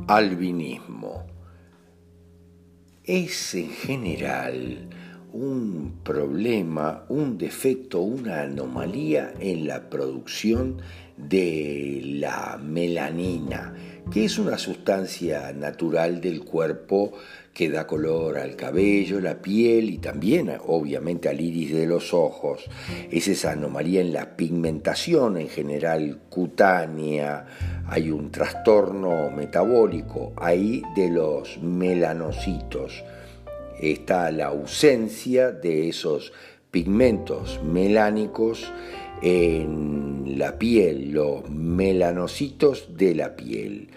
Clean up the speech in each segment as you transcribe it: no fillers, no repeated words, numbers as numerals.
Albinismo es en general un problema, un defecto, una anomalía en la producción de la melanina, que es una sustancia natural del cuerpo que da color al cabello, la piel y también obviamente al iris de los ojos. Es esa anomalía en la pigmentación en general cutánea. Hay un trastorno metabólico ahí de los melanocitos. Está la ausencia de esos pigmentos melánicos en la piel, los melanocitos de la piel.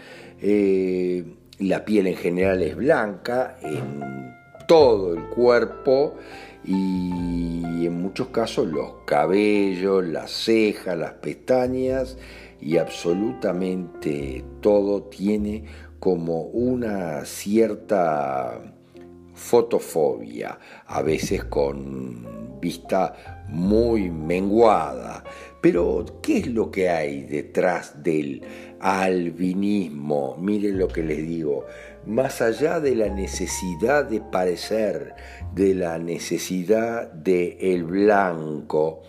La piel en general es blanca en todo el cuerpo y en muchos casos los cabellos, las cejas, las pestañas y absolutamente todo tiene como una cierta fotofobia, a veces con vista muy menguada. Pero, ¿qué es lo que hay detrás del albinismo? Miren lo que les digo, más allá de la necesidad de parecer, de la necesidad de el blanco,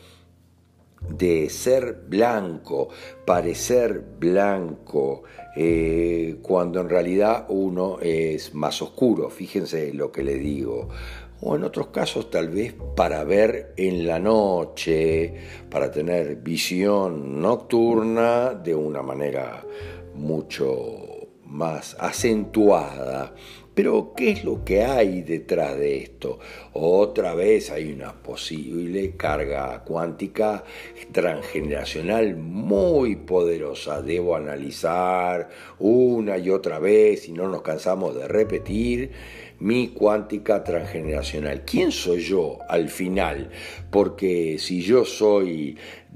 de ser blanco, parecer blanco, cuando en realidad uno es más oscuro, fíjense lo que les digo. O en otros casos tal vez para ver en la noche, para tener visión nocturna de una manera mucho más acentuada. Pero, ¿qué es lo que hay detrás de esto? Otra vez hay una posible carga cuántica transgeneracional muy poderosa. Debo analizar una y otra vez, y no nos cansamos de repetir, mi cuántica transgeneracional. ¿Quién soy yo al final? Porque si yo soy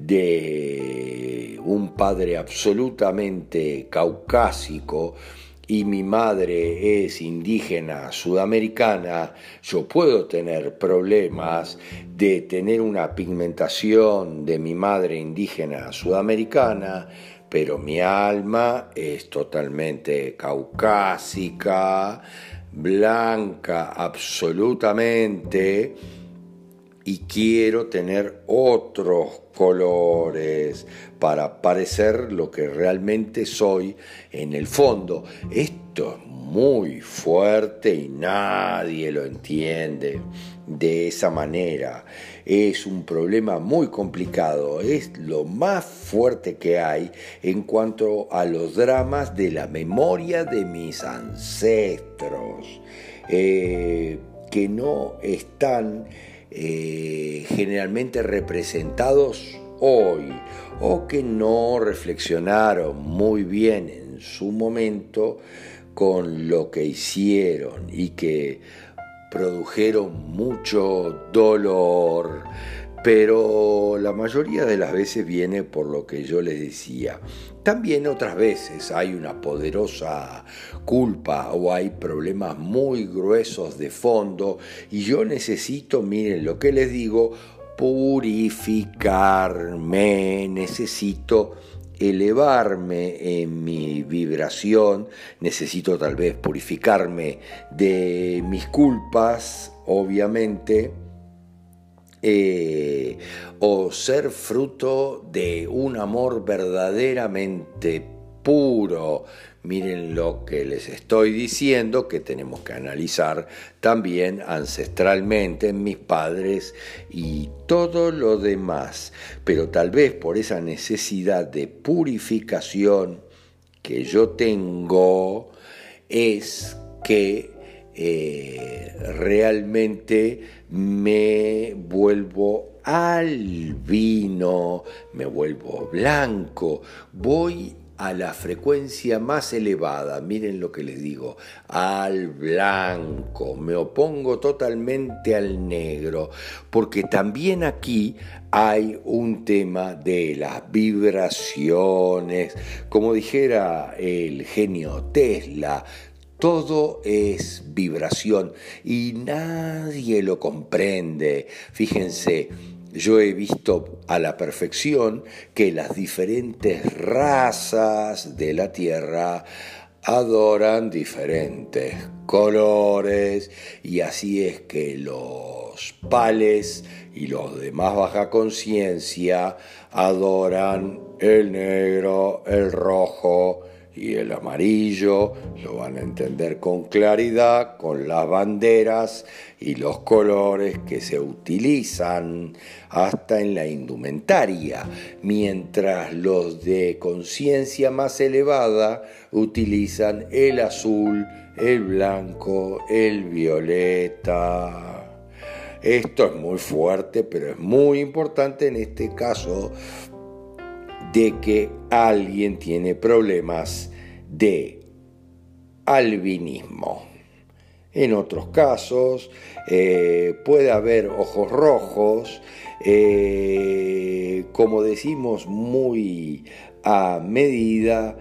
de un padre absolutamente caucásico, y mi madre es indígena sudamericana, yo puedo tener problemas de tener una pigmentación de mi madre indígena sudamericana, pero mi alma es totalmente caucásica, blanca absolutamente, y quiero tener otros colores para parecer lo que realmente soy en el fondo. Esto es muy fuerte y nadie lo entiende de esa manera. Es un problema muy complicado, es lo más fuerte que hay en cuanto a los dramas de la memoria de mis ancestros, que no están generalmente representados hoy, o que no reflexionaron muy bien en su momento con lo que hicieron y que produjeron mucho dolor, pero la mayoría de las veces viene por lo que yo les decía. También otras veces hay una poderosa culpa o hay problemas muy gruesos de fondo y yo necesito, miren lo que les digo, purificarme, necesito elevarme en mi vibración, necesito tal vez purificarme de mis culpas, obviamente, o ser fruto de un amor verdaderamente puro. Miren lo que les estoy diciendo, que tenemos que analizar también ancestralmente en mis padres y todo lo demás. Pero tal vez por esa necesidad de purificación que yo tengo es que realmente me vuelvo albino, me vuelvo blanco, voy a la frecuencia más elevada, miren lo que les digo, al blanco, me opongo totalmente al negro, porque también aquí hay un tema de las vibraciones, como dijera el genio Tesla, todo es vibración y nadie lo comprende. Fíjense, yo he visto a la perfección que las diferentes razas de la Tierra adoran diferentes colores, y así es que los pales y los de más baja conciencia adoran el negro, el rojo y el amarillo. Lo van a entender con claridad con las banderas y los colores que se utilizan hasta en la indumentaria, mientras los de conciencia más elevada utilizan el azul, el blanco, el violeta. Esto es muy fuerte, pero es muy importante en este caso de que alguien tiene problemas de albinismo. En otros casos puede haber ojos rojos, como decimos, muy a medida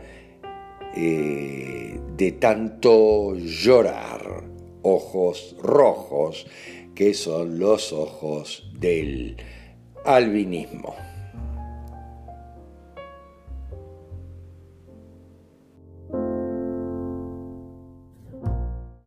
de tanto llorar. Ojos rojos, que son los ojos del albinismo.